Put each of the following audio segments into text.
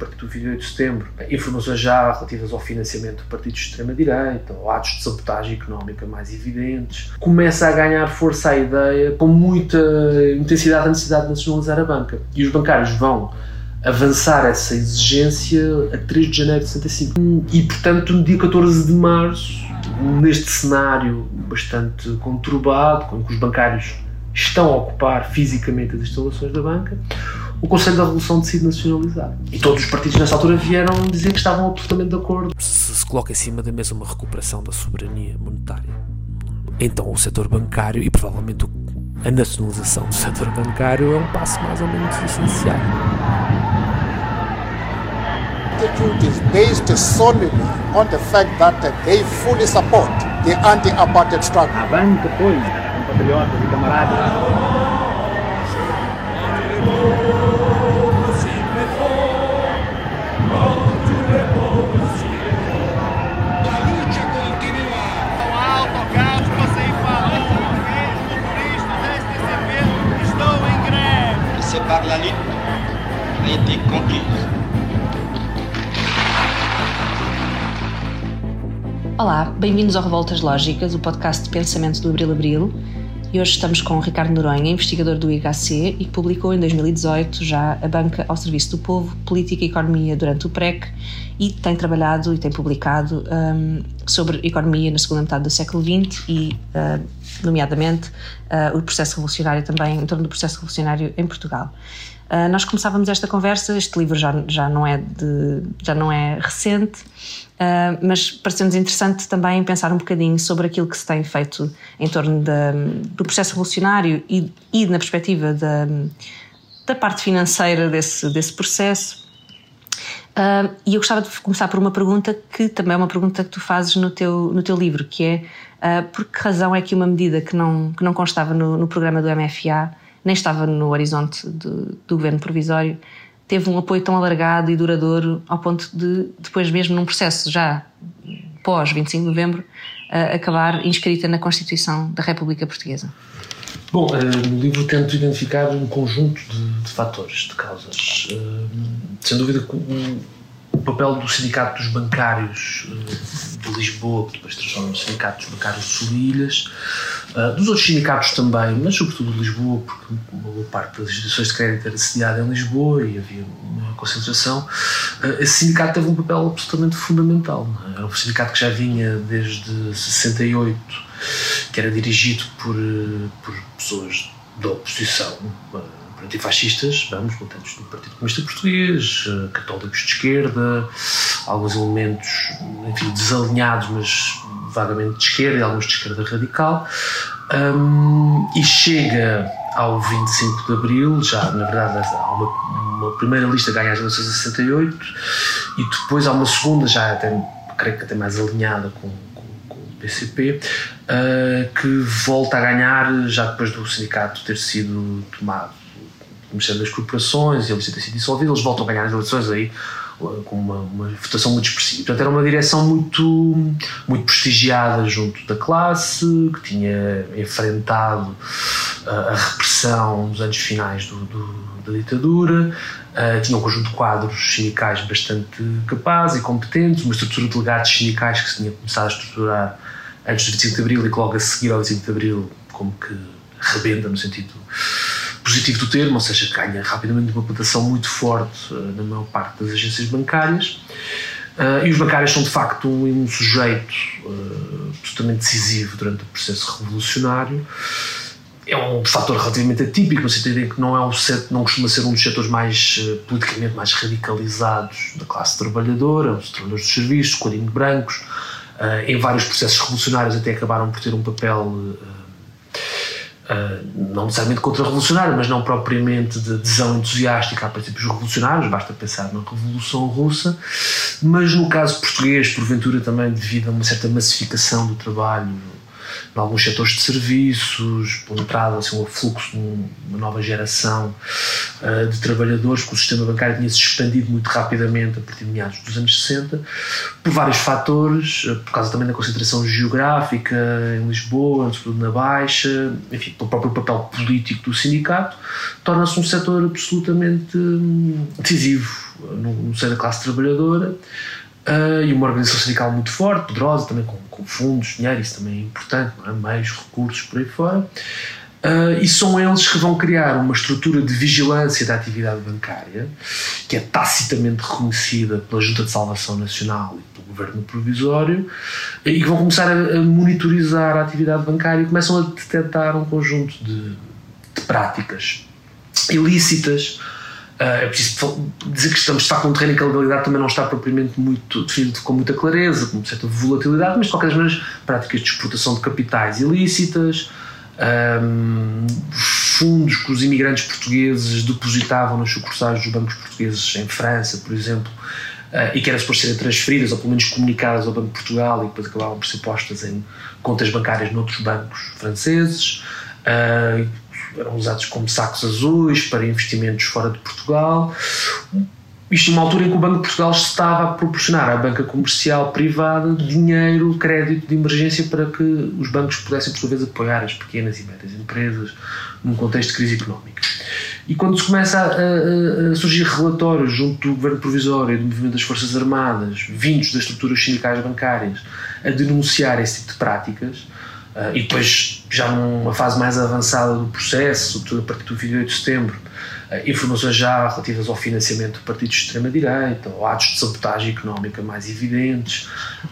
partir do 28 de setembro, informações já relativas ao financiamento de partidos de extrema-direita, ou atos de sabotagem económica mais evidentes. Começa a ganhar força a ideia, com muita intensidade, a necessidade de nacionalizar a banca. E os bancários vão avançar essa exigência a 3 de janeiro de 65. E, portanto, no dia 14 de março, neste cenário bastante conturbado, em que os bancários estão a ocupar fisicamente as instalações da banca, o Conselho da Revolução decide nacionalizar. E todos os partidos nessa altura vieram dizer que estavam absolutamente de acordo. Se coloca em cima da mesa uma recuperação da soberania monetária, então o setor bancário, e provavelmente a nacionalização do setor bancário, é um passo mais ou menos essencial. The attitude is based solely on the fact that they fully support the anti-apartheid struggle. A banca, pois, compatriotas e camaradas. Par la lutte a été conquise. Olá, bem-vindos ao Revoltas Lógicas, o podcast de pensamento do Abril. E hoje estamos com o Ricardo Noronha, investigador do IHC e que publicou em 2018 já A Banca ao Serviço do Povo, Política e Economia durante o PREC, e tem trabalhado e tem publicado sobre economia na segunda metade do século XX e, nomeadamente, o processo revolucionário também, em torno do processo revolucionário em Portugal. Nós começávamos esta conversa, este livro já não é recente, mas pareceu-nos interessante também pensar um bocadinho sobre aquilo que se tem feito em torno do processo revolucionário e na perspectiva da parte financeira desse processo. E eu gostava de começar por uma pergunta que também é uma pergunta que tu fazes no teu livro, que é por que razão é que uma medida que não constava no programa do MFA, nem estava no horizonte do governo provisório, teve um apoio tão alargado e duradouro ao ponto de, depois mesmo num processo já pós 25 de novembro, acabar inscrita na Constituição da República Portuguesa? Bom, no livro tento identificar um conjunto de fatores, de causas. Sem dúvida que o papel do Sindicato dos Bancários de Lisboa, que depois transforma no Sindicato dos Bancários de Sul-Ilhas, dos outros sindicatos também, mas sobretudo de Lisboa, porque uma boa parte das instituições de crédito era sediada em Lisboa e havia uma concentração. Esse sindicato teve um papel absolutamente fundamental. Não é? Era um sindicato que já vinha desde 68, que era dirigido por pessoas da oposição, antifascistas, militantes do Partido Comunista Português, católicos de esquerda, alguns elementos, enfim, desalinhados, mas vagamente de esquerda, e alguns de esquerda radical, e chega ao 25 de Abril, já, na verdade, há uma primeira lista ganha as eleições em 68, e depois há uma segunda, já creio que até mais alinhada com o PCP, que volta a ganhar já depois do sindicato ter sido tomado do Ministério das Corporações e a lista ter sido dissolvida. Eles voltam a ganhar as eleições aí com uma votação muito expressiva. Portanto, era uma direção muito prestigiada junto da classe, que tinha enfrentado a repressão nos anos finais da ditadura, tinha um conjunto de quadros sindicais bastante capazes e competentes, uma estrutura de delegados sindicais que se tinha começado a estruturar antes do 25 de Abril e que logo a seguir ao 25 de Abril como que rebenta no sentido positivo do termo, ou seja, ganha rapidamente uma plantação muito forte na maior parte das agências bancárias, e os bancários são de facto um sujeito absolutamente decisivo durante o processo revolucionário. É um fator relativamente atípico, no sentido em que não costuma ser um dos setores mais politicamente mais radicalizados da classe trabalhadora, os trabalhadores dos serviços, corinho brancos, em vários processos revolucionários até acabaram por ter um papel não necessariamente contra-revolucionário, mas não propriamente de adesão entusiástica a princípios revolucionários, basta pensar na Revolução Russa, mas no caso português, porventura também devido a uma certa massificação do trabalho em alguns setores de serviços, por entrada, assim, um fluxo de uma nova geração de trabalhadores, porque o sistema bancário tinha se expandido muito rapidamente a partir de meados dos anos 60, por vários fatores, por causa também da concentração geográfica em Lisboa, sobretudo na Baixa, enfim, pelo próprio papel político do sindicato, torna-se um setor absolutamente decisivo no seio da classe trabalhadora, e uma organização sindical muito forte, poderosa, também com fundos, dinheiro, isso também é importante, não é? Meios, recursos, por aí fora. E são eles que vão criar uma estrutura de vigilância da atividade bancária, que é tacitamente reconhecida pela Junta de Salvação Nacional e pelo Governo Provisório, e que vão começar a monitorizar a atividade bancária e começam a detectar um conjunto de práticas ilícitas. É preciso dizer que estamos de facto num terreno em que a legalidade também não está propriamente muito definida com muita clareza, com certa volatilidade, mas de qualquer maneira práticas de exportação de capitais ilícitas, fundos que os imigrantes portugueses depositavam nas sucursais dos bancos portugueses em França, por exemplo, e que eram supostas serem transferidas ou pelo menos comunicadas ao Banco de Portugal e depois acabavam por ser postas em contas bancárias noutros bancos franceses. Eram usados como sacos azuis para investimentos fora de Portugal. Isto numa altura em que o Banco de Portugal estava a proporcionar à banca comercial privada dinheiro, crédito de emergência para que os bancos pudessem, por sua vez, apoiar as pequenas e médias empresas num contexto de crise económica. E quando se começa a surgir relatórios junto do Governo Provisório e do Movimento das Forças Armadas, vindos das estruturas sindicais bancárias, a denunciar esse tipo de práticas, e depois, já numa fase mais avançada do processo, sobretudo a partir do 28 de setembro, informações já relativas ao financiamento de partidos de extrema-direita, ou atos de sabotagem económica mais evidentes,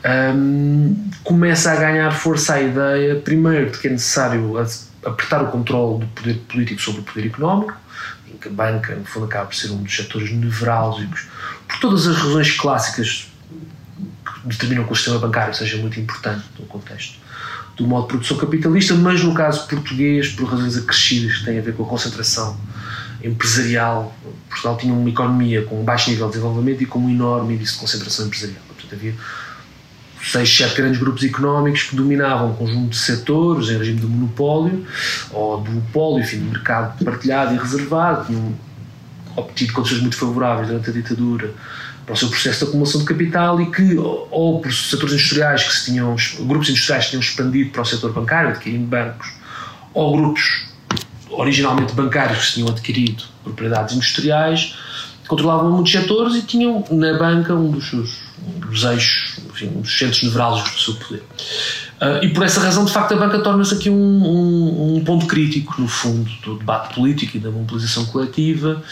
começa a ganhar força a ideia, primeiro, de que é necessário apertar o controle do poder político sobre o poder económico, em que a banca, no fundo, acaba por ser um dos setores nevrálgicos, por todas as razões clássicas que determinam que o sistema bancário seja muito importante no contexto do modo de produção capitalista, mas no caso português, por razões acrescidas que têm a ver com a concentração empresarial. Portugal tinha uma economia com um baixo nível de desenvolvimento e com um enorme índice de concentração empresarial. Portanto, havia 6, 7 grandes grupos económicos que dominavam um conjunto de setores em regime de monopólio ou duopólio, enfim, de mercado partilhado e reservado, tinham obtido condições muito favoráveis durante a ditadura para o seu processo de acumulação de capital e que, ou por setores industriais grupos industriais que tinham expandido para o setor bancário, adquirindo bancos, ou grupos originalmente bancários que se tinham adquirido propriedades industriais, controlavam muitos setores e tinham na banca um dos eixos, enfim, um dos centros nevrálgicos do seu poder. E por essa razão, de facto, a banca torna-se aqui um ponto crítico, no fundo, do debate político e da mobilização coletiva,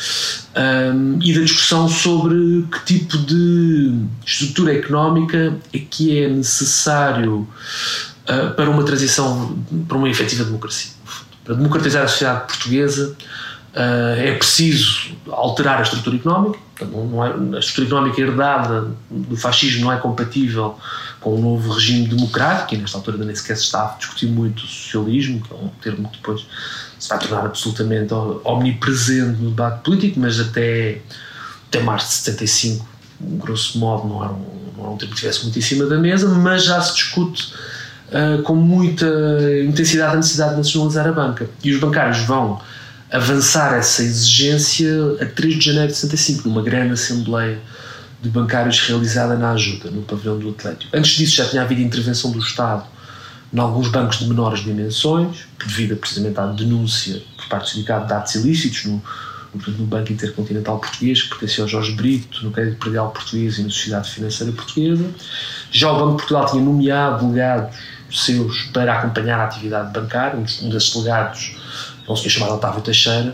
e da discussão sobre que tipo de estrutura económica é que é necessário para uma transição, para uma efetiva democracia. Para democratizar a sociedade portuguesa é preciso alterar a estrutura económica. A estrutura económica herdada do fascismo não é compatível com o novo regime democrático, e nesta altura nem sequer se está a discutir muito o socialismo, que é um termo que depois se vai tornar absolutamente omnipresente no debate político, mas até março de 75, grosso modo, não era um termo que estivesse muito em cima da mesa, mas já se discute com muita intensidade a necessidade de nacionalizar a banca. E os bancários vão avançar essa exigência a 3 de janeiro de 75, numa grande assembleia de bancários realizada na Ajuda, no pavilhão do Atlético. Antes disso já tinha havido intervenção do Estado em alguns bancos de menores dimensões, devido precisamente à denúncia por parte do sindicato de atos ilícitos no Banco Intercontinental Português, que pertencia ao Jorge Brito, no Crédito Predial Português e na Sociedade Financeira Portuguesa. Já o Banco de Portugal tinha nomeado delegados seus para acompanhar a atividade bancária. Um desses delegados é um senhor chamado Otávio Teixeira,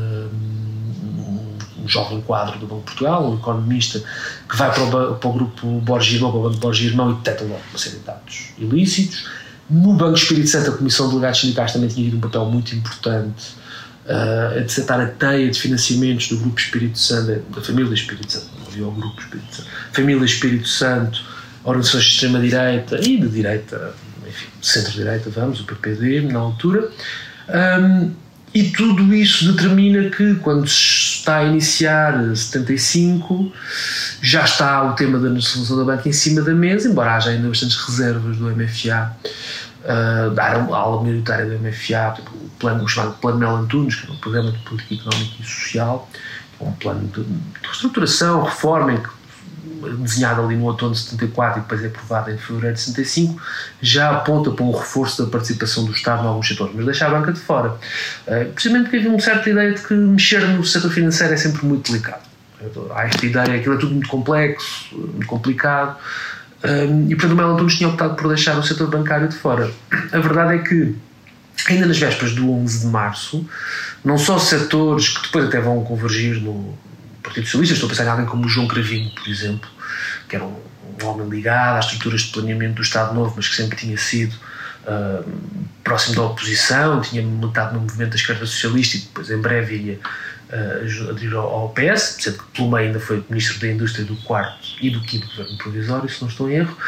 um jovem quadro do Banco de Portugal, um economista que vai para o grupo Borges Irmão, para o Banco Borges Irmão, e detecta logo uma série de dados ilícitos. No Banco Espírito Santo, a Comissão de Delegados Sindicais também tinha tido um papel muito importante a desatar a teia de financiamentos do Grupo Espírito Santo, da família Espírito Santo, não havia o Grupo Espírito Santo, família Espírito Santo, organizações de extrema-direita e de direita, enfim, centro-direita, o PPD, na altura. E tudo isso determina que, quando se está a iniciar 75, já está o tema da nacionalização da banca em cima da mesa, embora haja ainda bastantes reservas do MFA, da ala minoritária do MFA, o chamado Plano Mel Antunes, que é um programa de política económica e social, um plano de reestruturação, reforma, desenhado ali no outono de 74 e depois é aprovado em fevereiro de 75, já aponta para um reforço da participação do Estado em alguns setores, mas deixa a banca de fora. Precisamente porque havia uma certa ideia de que mexer no setor financeiro é sempre muito delicado. Há esta ideia, aquilo é tudo muito complexo, muito complicado, e portanto o Melo Antunes tinha optado por deixar o setor bancário de fora. A verdade é que, ainda nas vésperas do 11 de março, não só setores que depois até vão convergir no Partido Socialista, estou a pensar em alguém como o João Cravinho, por exemplo, que era um homem ligado às estruturas de planeamento do Estado Novo, mas que sempre tinha sido próximo da oposição, tinha militado no movimento da esquerda socialista e depois em breve ia aderir ao PS, sendo que pelo meio ainda foi Ministro da Indústria do 4º e do 5º Governo Provisório, se não estou em erro,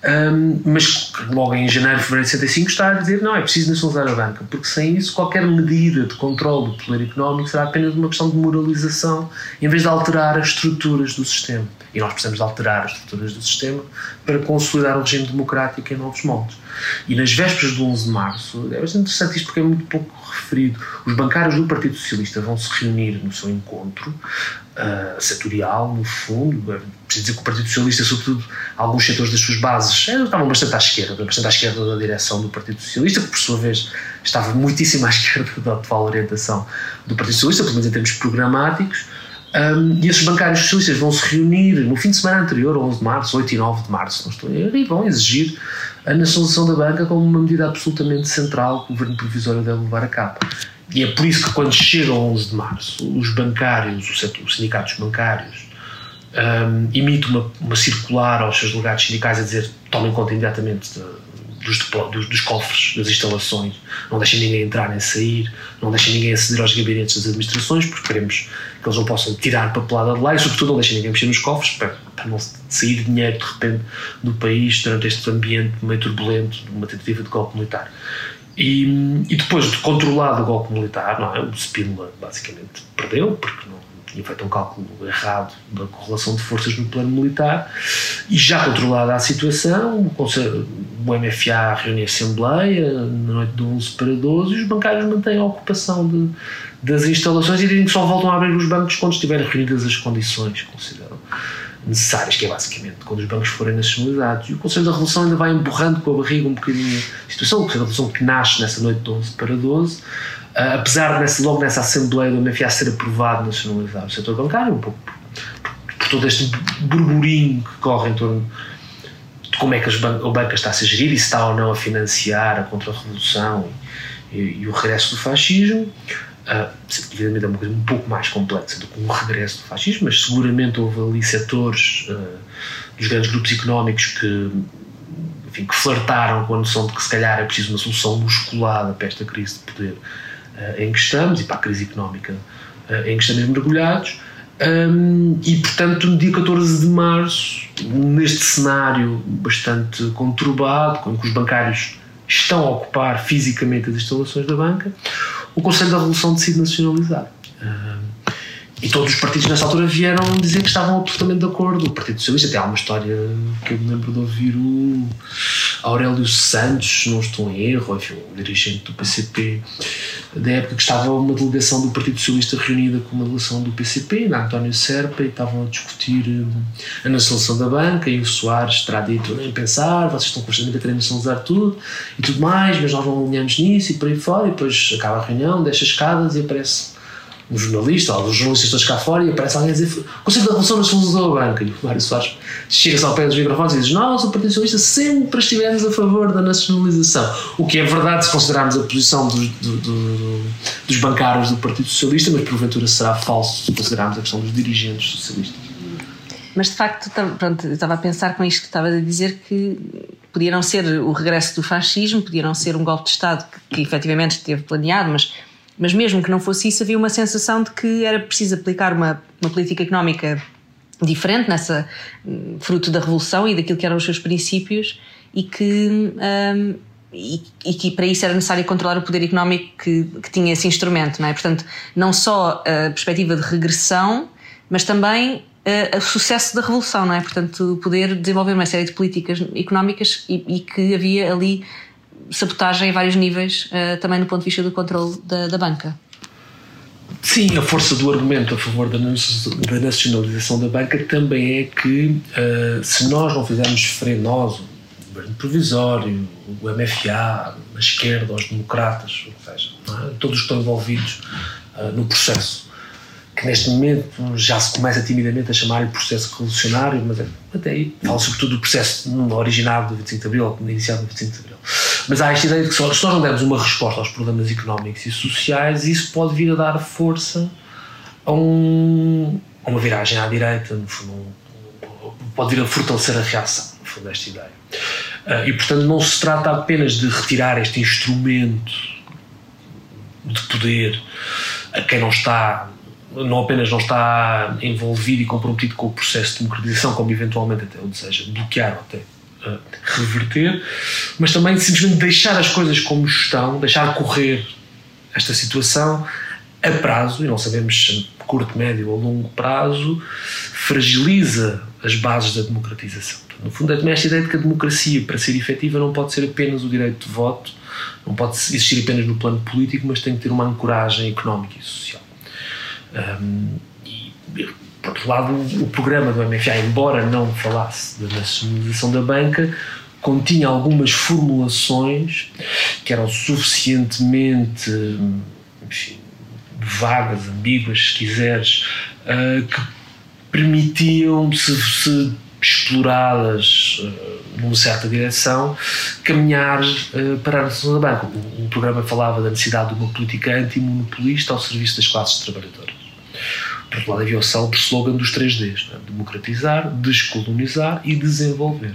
mas logo em janeiro, fevereiro de 65 está a dizer não, é preciso nacionalizar a banca, porque sem isso qualquer medida de controle do poder económico será apenas uma questão de moralização em vez de alterar as estruturas do sistema. E nós precisamos de alterar as estruturas do sistema para consolidar o regime democrático em novos moldes. E nas vésperas do 11 de março, é bastante interessante isto porque é muito pouco referido, os bancários do Partido Socialista vão se reunir no seu encontro setorial, no fundo. Preciso dizer que o Partido Socialista, sobretudo alguns setores das suas bases, estavam bastante à esquerda da direção do Partido Socialista, que por sua vez estava muitíssimo à esquerda da atual orientação do Partido Socialista, pelo menos em termos programáticos. E esses bancários socialistas vão se reunir no fim de semana anterior, 11 de março, 8 e 9 de março, não estou a errar, e vão exigir a nacionalização da banca como uma medida absolutamente central que o governo provisório deve levar a cabo. E é por isso que quando chega o 11 de março, os bancários, os sindicatos bancários, emitem uma circular aos seus delegados sindicais a dizer tomem conta imediatamente dos cofres das instalações, não deixem ninguém entrar nem sair, não deixem ninguém aceder aos gabinetes das administrações, porque queremos que eles não possam tirar papelada de lá e, sobretudo, não deixem ninguém mexer nos cofres para não sair dinheiro de repente do país durante este ambiente meio turbulento de uma tentativa de golpe militar. E depois de controlado o golpe militar, não é? O Spínola basicamente perdeu, porque não tinha feito um cálculo errado da correlação de forças no plano militar, e já controlada a situação, o MFA reúne a Assembleia na noite de 11 para 12 e os bancários mantêm a ocupação das instalações e dizem que só voltam a abrir os bancos quando estiverem reunidas as condições que consideram necessárias, que é basicamente quando os bancos forem nacionalizados. E o Conselho da Revolução ainda vai empurrando com a barriga um bocadinho a situação. O Conselho da Revolução que nasce nessa noite de 11 para 12, apesar de logo nessa Assembleia do MFA ser aprovado nacionalizar o setor bancário, um pouco por todo este burburinho que corre em torno de como é que a banca está a se gerir e se está ou não a financiar a contra-revolução e o regresso do fascismo. Evidentemente é uma coisa um pouco mais complexa do que um regresso do fascismo, mas seguramente houve ali setores dos grandes grupos económicos que flertaram com a noção de que se calhar é preciso uma solução musculada para esta crise de poder em que estamos e para a crise económica em que estamos mergulhados. E portanto no dia 14 de março, neste cenário bastante conturbado, em que os bancários estão a ocupar fisicamente as instalações da banca, o Conselho da Revolução decide nacionalizar. E todos os partidos nessa altura vieram dizer que estavam absolutamente de acordo. O Partido Socialista, até há uma história que eu me lembro de ouvir o Aurélio Santos, não estou em erro, enfim, o dirigente do PCP da época, que estava uma delegação do Partido Socialista reunida com uma delegação do PCP, na António Serpa, e estavam a discutir a nacionalização da banca, e o Soares terá dito, nem pensar, vocês estão constantemente a querer nacionalizar tudo e tudo mais, mas nós não alinhamos nisso e por aí fora. E depois acaba a reunião, deixa escadas e aparece um jornalista, ou os jornalistas todos cá fora, e aparece alguém a dizer o Conselho da Revolução nacionalizou a banca, e o Mário Soares chega-se ao pé dos microfones e diz nós, o Partido Socialista, sempre estivemos a favor da nacionalização, o que é verdade se considerarmos a posição dos bancários do Partido Socialista, mas porventura será falso se considerarmos a questão dos dirigentes socialistas. Mas de facto, pronto, eu estava a pensar com isto que estavas a dizer, que podia não ser o regresso do fascismo, podia não ser um golpe de Estado que efetivamente esteve planeado, mas mesmo que não fosse isso, havia uma sensação de que era preciso aplicar uma política económica diferente, fruto da Revolução e daquilo que eram os seus princípios, e que para isso era necessário controlar o poder económico que tinha esse instrumento, não é? Portanto, não só a perspectiva de regressão, mas também o sucesso da Revolução, não é? Portanto, poder desenvolver uma série de políticas económicas e que havia ali sabotagem a vários níveis, também do ponto de vista do controle da banca. Sim, a força do argumento a favor da nacionalização da banca também é que se nós não fizermos frente, nós, o governo provisório, o MFA, a esquerda, os democratas, ou seja, todos os que estão envolvidos no processo que neste momento já se começa timidamente a chamar-lhe processo revolucionário, mas até aí fala sobretudo do processo originado do 25 de Abril, iniciado no 25 de Abril. Mas há esta ideia de que se nós não dermos uma resposta aos problemas económicos e sociais, isso pode vir a dar força a uma viragem à direita, no fundo, pode vir a fortalecer a reação, no fundo, desta ideia. E, portanto, não se trata apenas de retirar este instrumento de poder a quem não apenas não está envolvido e comprometido com o processo de democratização, como eventualmente até o deseja bloquear ou até reverter, mas também simplesmente deixar as coisas como estão, deixar correr esta situação a prazo, e não sabemos se a curto, médio ou longo prazo, fragiliza as bases da democratização. No fundo, é também esta ideia de que a democracia, para ser efetiva, não pode ser apenas o direito de voto, não pode existir apenas no plano político, mas tem que ter uma ancoragem económica e social. E, por outro lado, o programa do MFA, embora não falasse da nacionalização da banca, continha algumas formulações que eram suficientemente, enfim, vagas, ambíguas, se quiseres, que permitiam, se exploradas numa certa direção, caminhar para a nacionalização da banca. O programa falava da necessidade de uma política antimonopolista ao serviço das classes trabalhadoras. Por outro lado, havia o célebre slogan dos 3Ds, né? Democratizar, descolonizar e desenvolver.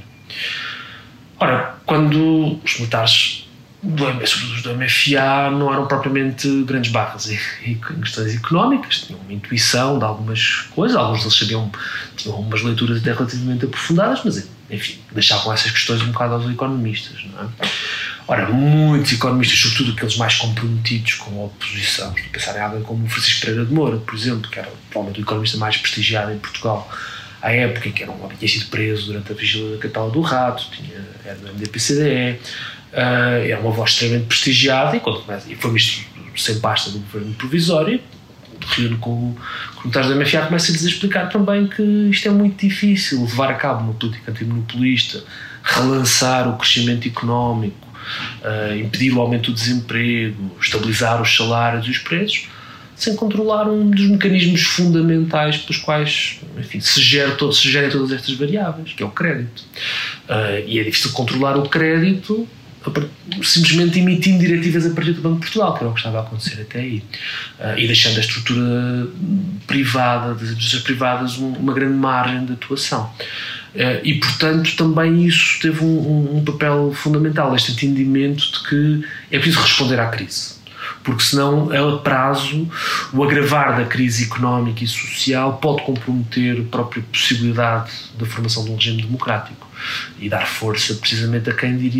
Ora, quando os militares, sobretudo os do MFA, não eram propriamente grandes barras em questões económicas, tinham uma intuição de algumas coisas, alguns deles tinham umas leituras até relativamente aprofundadas, mas, enfim, deixavam essas questões um bocado aos economistas, não é? Ora, muitos economistas, sobretudo aqueles mais comprometidos com a oposição, estou a pensar em alguém como o Francisco Pereira de Moura, por exemplo, que era provavelmente o economista mais prestigiado em Portugal à época, que tinha sido preso durante a vigília da Catala do Rato, era do MDP-CDE, era uma voz extremamente prestigiada, e foi ministro sem pasta do governo provisório, reúne com o militar da MFA, começa a explicar também que isto é muito difícil, levar a cabo uma política antimonopolista, relançar o crescimento económico, impedir o aumento do desemprego, estabilizar os salários e os preços, sem controlar um dos mecanismos fundamentais pelos quais, enfim, se gerem todas estas variáveis, que é o crédito. E é difícil controlar o crédito simplesmente emitindo diretivas a partir do Banco de Portugal, que era o que estava a acontecer até aí, e deixando a estrutura privada, das empresas privadas, uma grande margem de atuação. E, portanto, também isso teve um papel fundamental, este entendimento de que é preciso responder à crise, porque senão, a prazo, o agravar da crise económica e social pode comprometer a própria possibilidade da formação de um regime democrático e dar força precisamente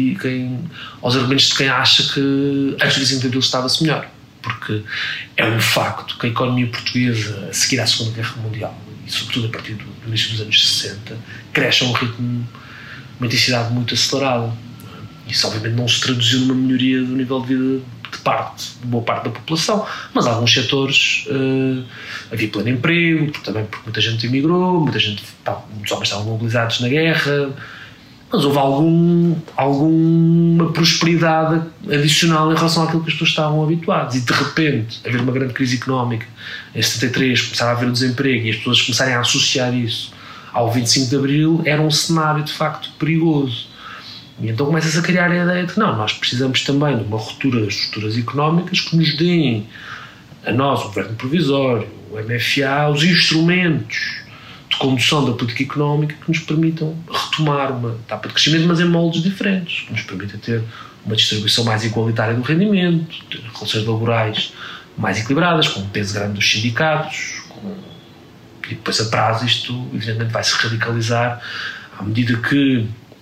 aos argumentos de quem acha que antes do 25 de Abril estava-se melhor, porque é um facto que a economia portuguesa, a seguir à Segunda Guerra Mundial, e sobretudo a partir do início dos anos 60, cresce a um ritmo, uma intensidade muito acelerada. Isso obviamente não se traduziu numa melhoria do nível de vida de boa parte da população, mas alguns setores havia pleno emprego, porque muita gente emigrou, muitos homens estavam mobilizados na guerra, mas houve alguma prosperidade adicional em relação àquilo que as pessoas estavam habituadas, e de repente haver uma grande crise económica em 73, começar a haver o desemprego e as pessoas começarem a associar isso ao 25 de Abril, era um cenário de facto perigoso. E então começa-se a criar a ideia de que não, nós precisamos também de uma ruptura das estruturas económicas que nos deem, a nós, o governo provisório, o MFA, os instrumentos de condução da política económica que nos permitam retomar uma etapa de crescimento, mas em moldes diferentes, que nos permita ter uma distribuição mais igualitária do rendimento, ter relações laborais mais equilibradas, com um peso grande dos sindicatos, e depois a prazo isto evidentemente vai se radicalizar à medida que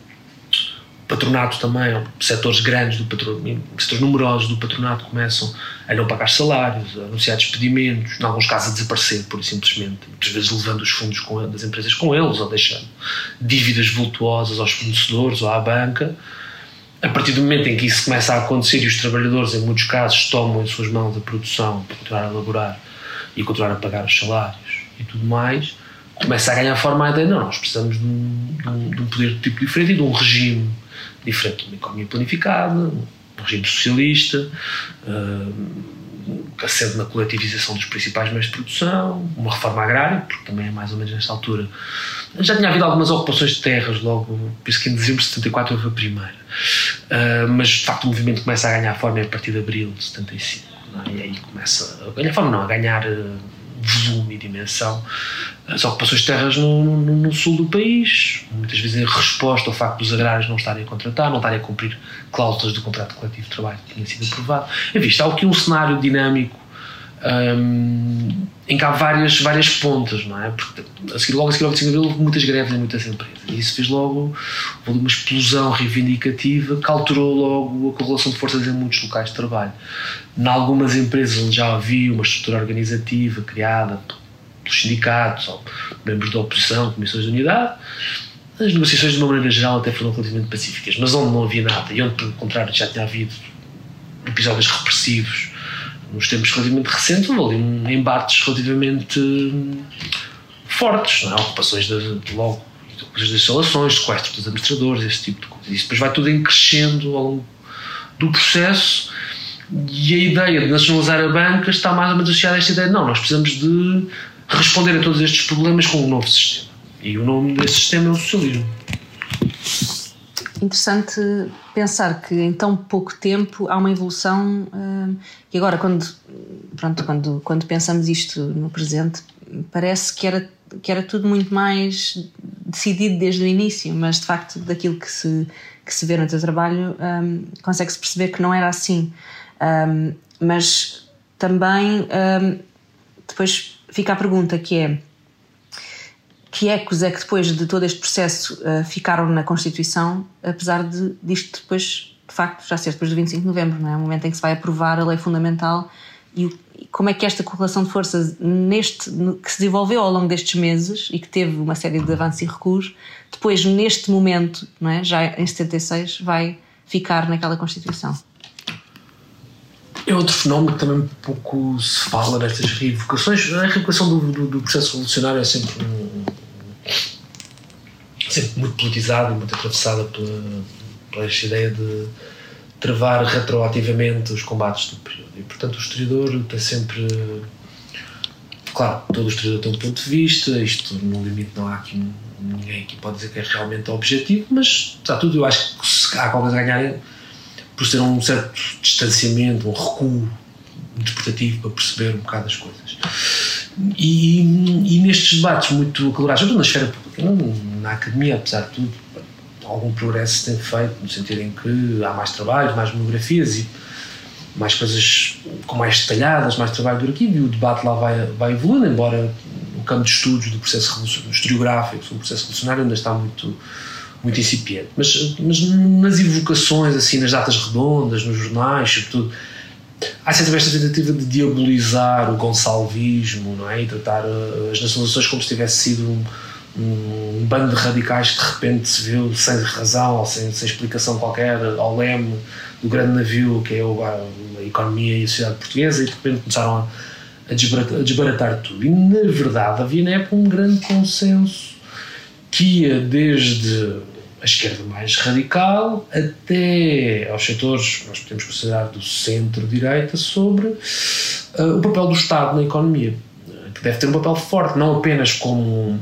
o patronato também, setores grandes setores numerosos do patronato começam a não pagar salários, a anunciar despedimentos, em alguns casos a desaparecer, pura e simplesmente, muitas vezes levando os fundos das empresas com eles, ou deixando dívidas vultuosas aos fornecedores ou à banca. A partir do momento em que isso começa a acontecer e os trabalhadores, em muitos casos, tomam em suas mãos a produção para continuar a elaborar e continuar a pagar os salários e tudo mais, começa a ganhar forma a ideia, não, nós precisamos de um poder de tipo diferente e de um regime diferente, uma economia planificada, um regime socialista, assente na coletivização dos principais meios de produção, uma reforma agrária, porque também é mais ou menos nesta altura. Já tinha havido algumas ocupações de terras, logo, penso que em dezembro de 74 houve a primeira. Mas, de facto, o movimento começa a ganhar forma a partir de abril de 75. Não é? E aí começa a ganhar forma, não, a ganhar volume e dimensão. As ocupações de terras no sul do país, muitas vezes em resposta ao facto dos agrários não estarem a contratar, não estarem a cumprir cláusulas do contrato coletivo de trabalho que tinha sido aprovado. Enfim, está aqui um cenário dinâmico em que há várias pontas, não é? Porque logo a seguir ao 25 de abril houve muitas greves em muitas empresas e isso fez logo uma explosão reivindicativa que alterou logo a correlação de forças em muitos locais de trabalho. Em algumas empresas onde já havia uma estrutura organizativa criada pelos sindicatos ou membros da oposição, comissões de unidade, as negociações de uma maneira geral até foram relativamente pacíficas, mas onde não havia nada e onde pelo contrário já tinha havido episódios repressivos nos tempos relativamente recentes, houve ali embates relativamente fortes, não é? Ocupações logo, ocupações das instalações, sequestro dos administradores, esse tipo de coisas. Isso depois vai tudo em crescendo ao longo do processo e a ideia de nacionalizar a banca está mais ou menos associada a esta ideia de não, nós precisamos de responder a todos estes problemas com um novo sistema. E o nome desse sistema é o socialismo. Interessante pensar que em tão pouco tempo há uma evolução e agora quando pensamos isto no presente parece que era tudo muito mais decidido desde o início, mas de facto daquilo que se vê no teu trabalho consegue-se perceber que não era assim, mas também depois fica a pergunta que ecos é que depois de todo este processo ficaram na Constituição, apesar disto depois, de facto, já ser depois do 25 de novembro, não é? O momento em que se vai aprovar a lei fundamental e como é que esta correlação de forças que se desenvolveu ao longo destes meses e que teve uma série de avanços e recuos, depois neste momento, não é? Já em 76, vai ficar naquela Constituição. É outro fenómeno que também pouco se fala destas revocações. A revocação do processo revolucionário é sempre muito politizada e muito atravessada pela esta ideia de travar retroativamente os combates do período. E, portanto, o historiador tem sempre... Claro, todo o historiador tem um ponto de vista, isto no limite não há aqui ninguém que pode dizer que é realmente objetivo, mas, apesar de tudo, eu acho que há coisas a ganharem por ser um certo distanciamento, um recuo interpretativo para perceber um bocado as coisas. E nestes debates muito acalorados, sobretudo na esfera pública, na academia, apesar de tudo, algum progresso se tem feito, no sentido em que há mais trabalhos, mais monografias e mais coisas com mais detalhadas, mais trabalho do arquivo, e o debate lá vai evoluindo, embora o campo de estudos do processo historiográfico sobre o processo revolucionário ainda está muito incipiente. Mas nas evocações, assim, nas datas redondas, nos jornais, sobretudo, há sempre esta tentativa de diabolizar o gonçalvismo, não é? E tratar as nacionalizações como se tivesse sido um bando de radicais que de repente se viu sem razão ou sem explicação qualquer ao leme do grande navio que é a economia e a sociedade portuguesa, e de repente começaram a desbaratar tudo. E na verdade havia na época um grande consenso que ia desde a esquerda mais radical até aos setores que nós podemos considerar do centro-direita sobre o papel do Estado na economia, que deve ter um papel forte, não apenas como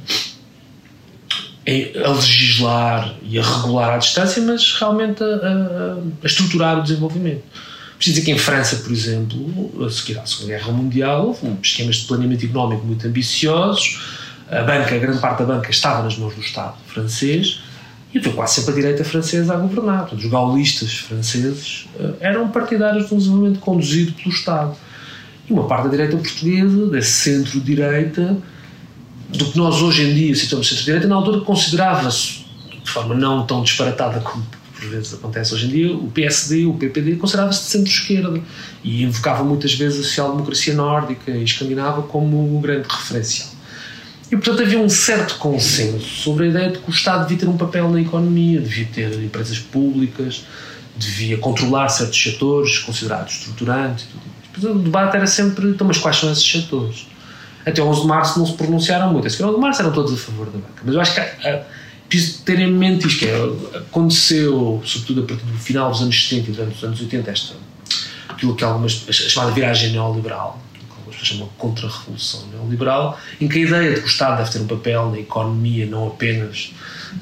a legislar e a regular à distância, mas realmente a estruturar o desenvolvimento. Preciso dizer que em França, por exemplo, a seguir à Segunda Guerra Mundial, houve esquemas de planeamento económico muito ambiciosos, a grande parte da banca estava nas mãos do Estado francês, e foi quase sempre a direita francesa a governar. Os gaullistas franceses eram partidários de um desenvolvimento conduzido pelo Estado. E uma parte da direita portuguesa, desse centro-direita, do que nós hoje em dia citamos centro-direita, na altura considerava-se, de forma não tão disparatada como por vezes acontece hoje em dia, o PSD, o PPD, considerava-se de centro-esquerda e invocava muitas vezes a social-democracia nórdica e escandinava como o grande referencial. E, portanto, havia um certo consenso sobre a ideia de que o Estado devia ter um papel na economia, devia ter empresas públicas, devia controlar certos setores considerados estruturantes. O debate era sempre, então, mas quais são esses setores? Até 11 de março não se pronunciaram muito. A 11 de março eram todos a favor da banca. Mas eu acho que preciso ter em mente isto, aconteceu, sobretudo a partir do final dos anos 70 e durante os anos 80, aquilo que a chamada viragem neoliberal, que algumas pessoas chamam de contra-revolução neoliberal, em que a ideia de que o Estado deve ter um papel na economia, não apenas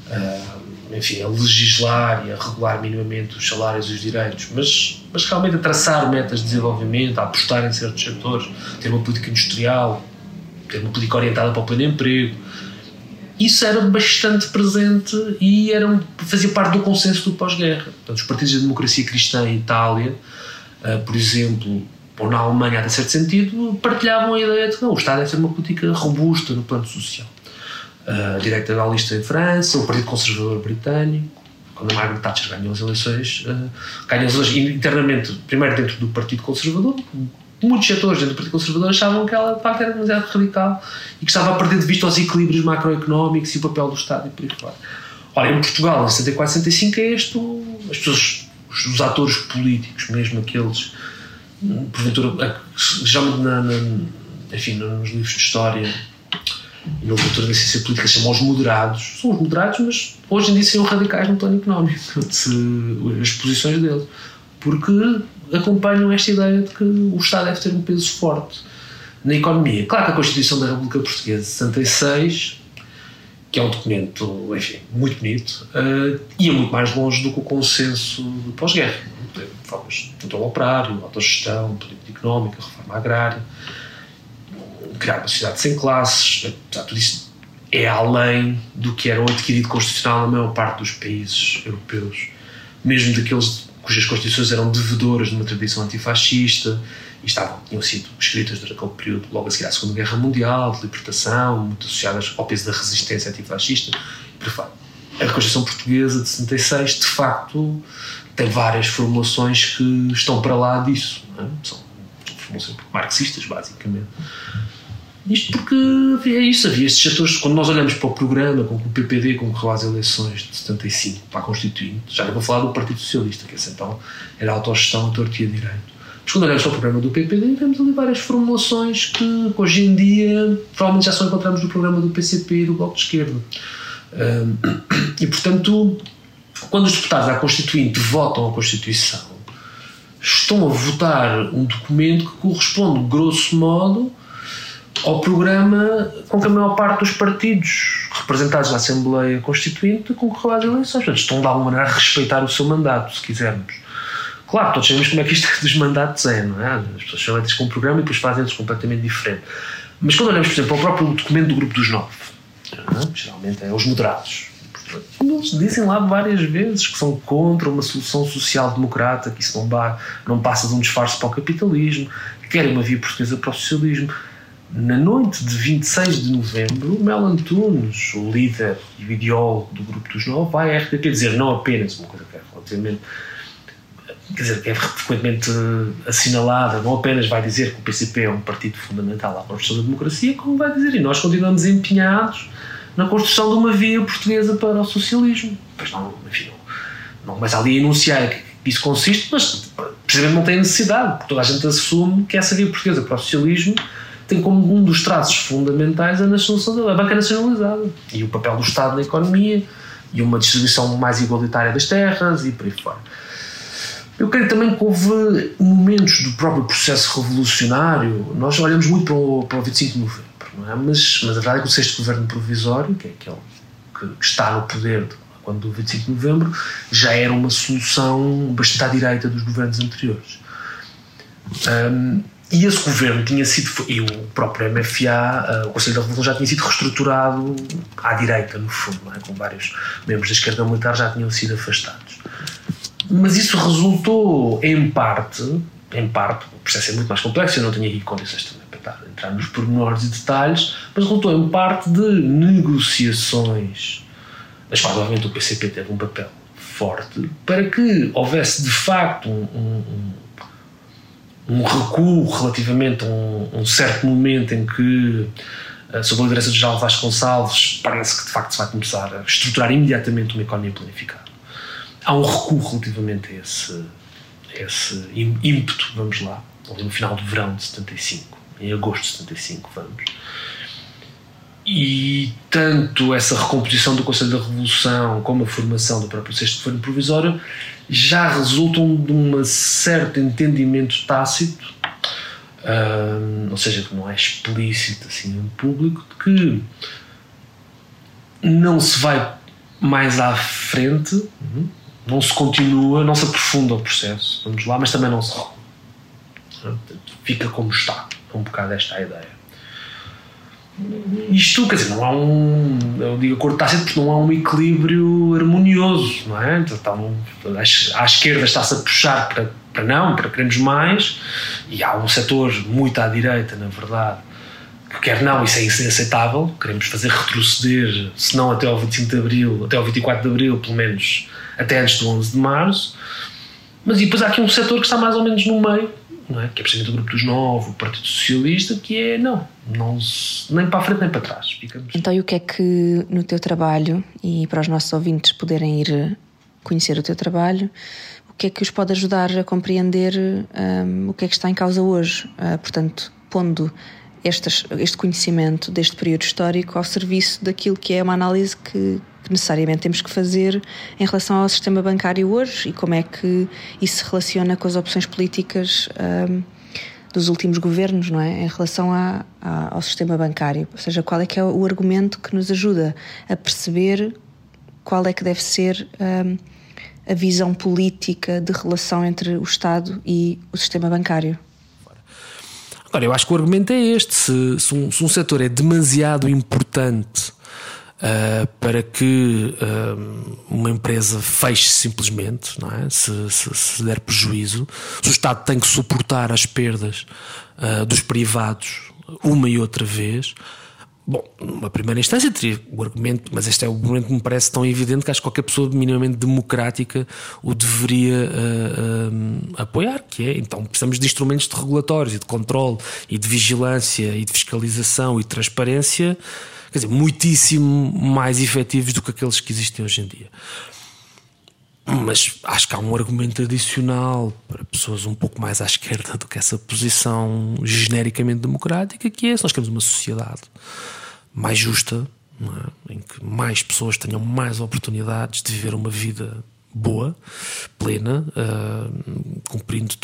a legislar e a regular minimamente os salários e os direitos, mas realmente a traçar metas de desenvolvimento, a apostar em certos setores, ter uma política industrial, ter uma política orientada para o pleno emprego. Isso era bastante presente e fazia parte do consenso do pós-guerra. Portanto, os partidos de democracia cristã em Itália, por exemplo, ou na Alemanha, até certo sentido, partilhavam a ideia de que o Estado deve ter uma política robusta no plano social. A direita gaullista em França, o Partido Conservador Britânico, quando a Margaret Thatcher ganhou as eleições internamente, primeiro dentro do Partido Conservador. Muitos setores dentro do Partido Conservador achavam que ela de facto era demasiado radical e que estava a perder de vista os equilíbrios macroeconómicos e o papel do Estado e por aí fora. Ora, em Portugal, em 64, 65, é este as pessoas, os atores políticos, mesmo aqueles, porventura, geralmente nos livros de história e na literatura da ciência política chamam os moderados. São os moderados, mas hoje em dia são radicais no plano económico, as posições deles, porque acompanham esta ideia de que o Estado deve ter um peso forte na economia. Claro que a Constituição da República Portuguesa de 66, que é um documento, muito bonito, ia muito mais longe do que o consenso do pós-guerra. Formas de controle operário, autogestão, política económica, reforma agrária, criar uma sociedade sem classes, tudo isso é além do que era o adquirido constitucional na maior parte dos países europeus, mesmo daqueles cujas constituições eram devedoras de uma tradição antifascista e tinham sido escritas durante aquele período, logo a seguir à Segunda Guerra Mundial, de libertação, muito associadas ao peso da resistência antifascista. A Constituição Portuguesa de 66, de facto, tem várias formulações que estão para lá disso. Não é? São formulações marxistas, basicamente. Isto porque havia estes setores. Quando nós olhamos para o programa, como o PPD concorreu às eleições de 75 para a Constituinte, já não vou falar do Partido Socialista, que então era a autogestão, a torto e a direito. Mas quando olhamos para o programa do PPD, vemos ali várias formulações que hoje em dia provavelmente já só encontramos no programa do PCP e do Bloco de Esquerda. E portanto, quando os deputados da Constituinte votam a Constituição, estão a votar um documento que corresponde, grosso modo, ao programa com que a maior parte dos partidos representados na Assembleia Constituinte concorreu às eleições. Portanto, estão de alguma maneira a respeitar o seu mandato, se quisermos. Claro, todos sabemos como é que isto dos mandatos é, não é? As pessoas são eleitas com um programa e depois fazem-nos completamente diferente. Mas quando olhamos, por exemplo, para o próprio documento do Grupo dos 9, geralmente é os moderados, eles dizem lá várias vezes que são contra uma solução social-democrata, que isso não passa de um disfarce para o capitalismo, que querem uma via portuguesa para o socialismo. Na noite de 26 de novembro, Melo Antunes, o líder e o ideólogo do Grupo dos 9, vai à RTP dizer não apenas uma coisa que é relativamente, que é frequentemente assinalada, não apenas vai dizer que o PCP é um partido fundamental à construção da democracia, como vai dizer, e nós continuamos empenhados na construção de uma via portuguesa para o socialismo. Pois não começa ali a enunciar que isso consiste, mas precisamente não tem necessidade, porque toda a gente assume que essa via portuguesa para o socialismo tem como um dos traços fundamentais a nacionalização da banca nacionalizada e o papel do Estado na economia e uma distribuição mais igualitária das terras e por aí fora. Eu creio também que houve momentos do próprio processo revolucionário. Nós olhamos muito para o 25 de novembro, não é? Mas a verdade é que o 6º governo provisório, que é aquele que está no poder quando do 25 de novembro, já era uma solução bastante à direita dos governos anteriores. E esse governo tinha sido, e o próprio MFA, o Conselho da Revolução, já tinha sido reestruturado à direita, no fundo, não é? Com vários membros da esquerda militar já tinham sido afastados. Mas isso resultou, em parte, o processo é muito mais complexo, eu não tenho aqui condições também para entrar nos pormenores e detalhes, mas resultou em parte de negociações, nas quais obviamente o PCP teve um papel forte, para que houvesse de facto um recuo relativamente a um certo momento em que, sob a liderança de João Vasconcelos, parece que de facto se vai começar a estruturar imediatamente uma economia planificada. Há um recuo relativamente a esse ímpeto, vamos lá, ali no final do verão de 75, em agosto de 75, vamos. E tanto essa recomposição do Conselho da Revolução como a formação do próprio 6º Governo Provisório já resultam de um certo entendimento tácito, ou seja, que não é explícito assim em público, de que não se vai mais à frente, não se continua, não se aprofunda o processo, vamos lá, mas também não se recua. Fica como está, é um bocado esta a ideia. Isto, quer dizer, não há eu digo acordo tácito porque não há um equilíbrio harmonioso, não é? Então, à esquerda está-se a puxar para queremos mais, e há um setor muito à direita, na verdade, que quer não, isso é inaceitável, queremos fazer retroceder, se não até ao 25 de Abril, até ao 24 de Abril, pelo menos até antes do 11 de Março, mas e depois há aqui um setor que está mais ou menos no meio, não é? Que é precisamente o Grupo dos 9, o Partido Socialista, que é não nem para a frente nem para trás. Então, e o que é que no teu trabalho, e para os nossos ouvintes poderem ir conhecer o teu trabalho, o que é que os pode ajudar a compreender o que é que está em causa hoje? Portanto, pondo este conhecimento deste período histórico ao serviço daquilo que é uma análise que necessariamente temos que fazer em relação ao sistema bancário hoje e como é que isso se relaciona com as opções políticas dos últimos governos, não é? Em relação ao sistema bancário. Ou seja, qual é que é o argumento que nos ajuda a perceber qual é que deve ser a visão política de relação entre o Estado e o sistema bancário? Agora, eu acho que o argumento é este: se um setor é demasiado importante para que uma empresa feche simplesmente, não é? Se der prejuízo, se o Estado tem que suportar as perdas dos privados uma e outra vez, bom, numa primeira instância teria o argumento, mas este é o argumento que me parece tão evidente que acho que qualquer pessoa minimamente democrática o deveria apoiar, que é, então precisamos de instrumentos de regulatórios e de controle e de vigilância e de fiscalização e de transparência, quer dizer, muitíssimo mais efetivos do que aqueles que existem hoje em dia. Mas acho que há um argumento adicional para pessoas um pouco mais à esquerda do que essa posição genericamente democrática, que é: se nós queremos uma sociedade mais justa, não é? Em que mais pessoas tenham mais oportunidades de viver uma vida boa, plena, cumprindo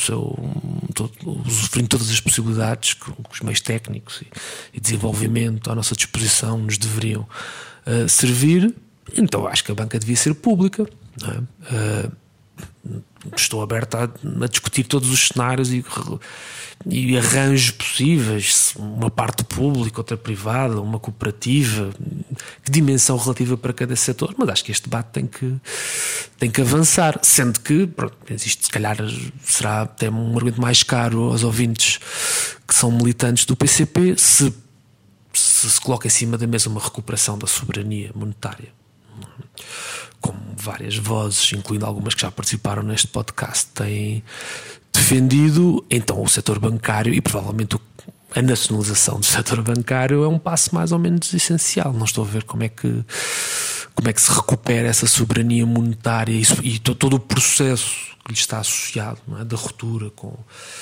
usufruindo todas as possibilidades que os meios técnicos e desenvolvimento à nossa disposição nos deveriam servir, então acho que a banca devia ser pública. Não é? Estou aberto a discutir todos os cenários e arranjos possíveis, uma parte pública, outra privada, uma cooperativa, que dimensão relativa para cada setor, mas acho que este debate tem que avançar, sendo que, pronto, existe, se calhar será até um argumento mais caro aos ouvintes que são militantes do PCP se coloca em cima da mesa uma recuperação da soberania monetária, como várias vozes, incluindo algumas que já participaram neste podcast, têm defendido. Então o setor bancário, e provavelmente a nacionalização do setor bancário, é um passo mais ou menos essencial. Não estou a ver como é que se recupera essa soberania monetária e todo o processo que lhe está associado, não é? Da ruptura com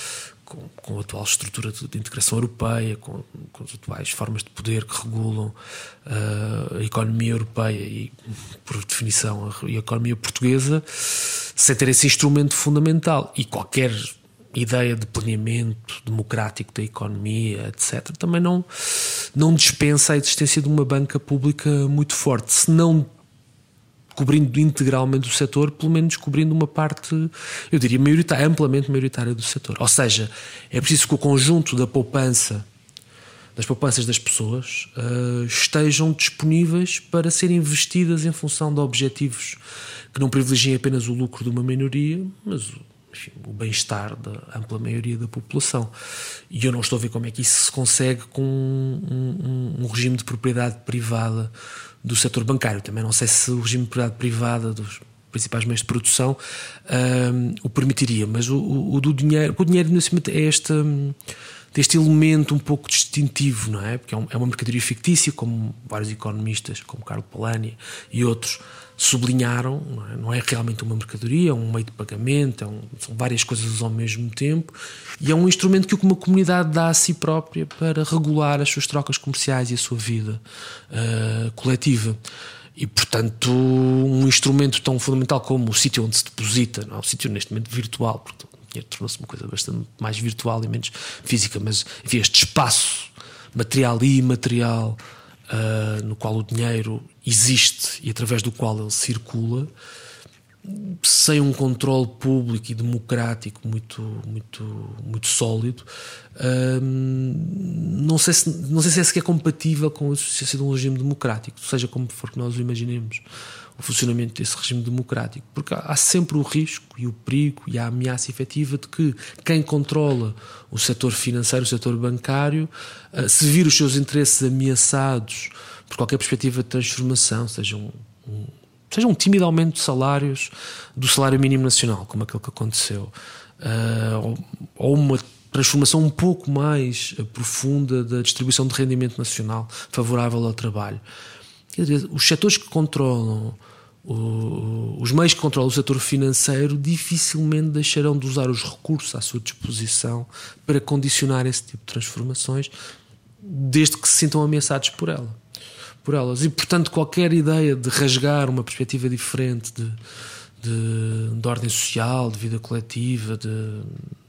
a atual estrutura de integração europeia, com as atuais formas de poder que regulam a economia europeia e, por definição, a economia portuguesa, sem ter esse instrumento fundamental. E qualquer ideia de planeamento democrático da economia, etc., também não dispensa a existência de uma banca pública muito forte, se não cobrindo integralmente o setor, pelo menos cobrindo uma parte, eu diria, amplamente maioritária do setor. Ou seja, é preciso que o conjunto das poupanças das pessoas estejam disponíveis para serem investidas em função de objetivos que não privilegiem apenas o lucro de uma minoria, mas o bem-estar da ampla maioria da população. E eu não estou a ver como é que isso se consegue com um regime de propriedade privada do setor bancário. Também não sei se o regime de propriedade privada dos principais meios de produção o permitiria, mas o do dinheiro, o dinheiro nesse momento é esta deste elemento um pouco distintivo, não é? Porque é uma mercadoria fictícia, como vários economistas, como Carlo Polanyi e outros, sublinharam, não é realmente uma mercadoria, é um meio de pagamento, são várias coisas ao mesmo tempo, e é um instrumento que uma comunidade dá a si própria para regular as suas trocas comerciais e a sua vida coletiva. E, portanto, um instrumento tão fundamental como o sítio onde se deposita, não é? O sítio neste momento virtual, porque o dinheiro tornou-se uma coisa bastante mais virtual e menos física, mas enfim, este espaço material e imaterial no qual o dinheiro existe e através do qual ele circula, sem um controle público e democrático muito sólido, não sei se é sequer compatível com a existência de um regime democrático, seja como for que nós o imaginemos, o funcionamento desse regime democrático, porque há sempre o risco e o perigo e a ameaça efetiva de que quem controla o setor financeiro, o setor bancário, se vir os seus interesses ameaçados por qualquer perspectiva de transformação, seja um tímido aumento de salários do salário mínimo nacional, como aquele que aconteceu, ou uma transformação um pouco mais profunda da distribuição de rendimento nacional favorável ao trabalho. Quer dizer, os setores que controlam, os meios que controlam o setor financeiro dificilmente deixarão de usar os recursos à sua disposição para condicionar esse tipo de transformações, desde que se sintam ameaçados por elas. E, portanto, qualquer ideia de rasgar uma perspectiva diferente de ordem social, de vida coletiva, de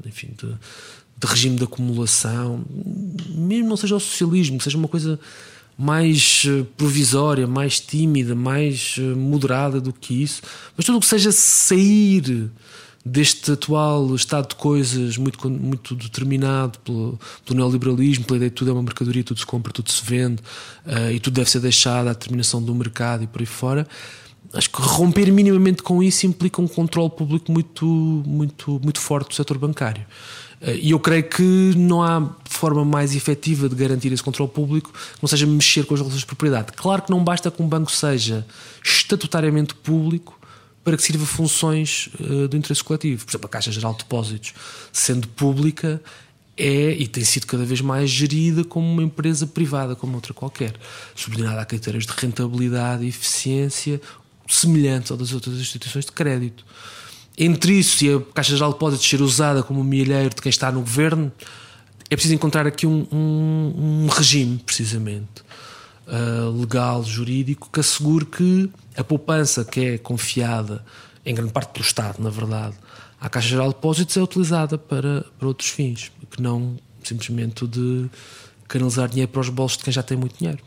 regime de acumulação, mesmo não seja o socialismo, seja uma coisa mais provisória, mais tímida, mais moderada do que isso, mas tudo o que seja sair deste atual estado de coisas muito determinado pelo neoliberalismo, pela ideia de que tudo é uma mercadoria, tudo se compra, tudo se vende, e tudo deve ser deixado à determinação do mercado e por aí fora. Acho que romper minimamente com isso implica um controle público muito forte do setor bancário. E eu creio que não há forma mais efetiva de garantir esse controle público que não seja mexer com as relações de propriedade. Claro que não basta que um banco seja estatutariamente público para que sirva funções do interesse coletivo. Por exemplo, a Caixa Geral de Depósitos, sendo pública, e tem sido cada vez mais gerida como uma empresa privada, como outra qualquer, subordinada a critérios de rentabilidade e eficiência semelhantes ao das outras instituições de crédito. Entre isso e a Caixa Geral de Depósitos ser usada como milheiro de quem está no governo, é preciso encontrar aqui um regime, precisamente, legal, jurídico, que assegure que a poupança que é confiada, em grande parte pelo Estado, na verdade, à Caixa Geral de Depósitos, é utilizada para outros fins, que não simplesmente de canalizar dinheiro para os bolsos de quem já tem muito dinheiro.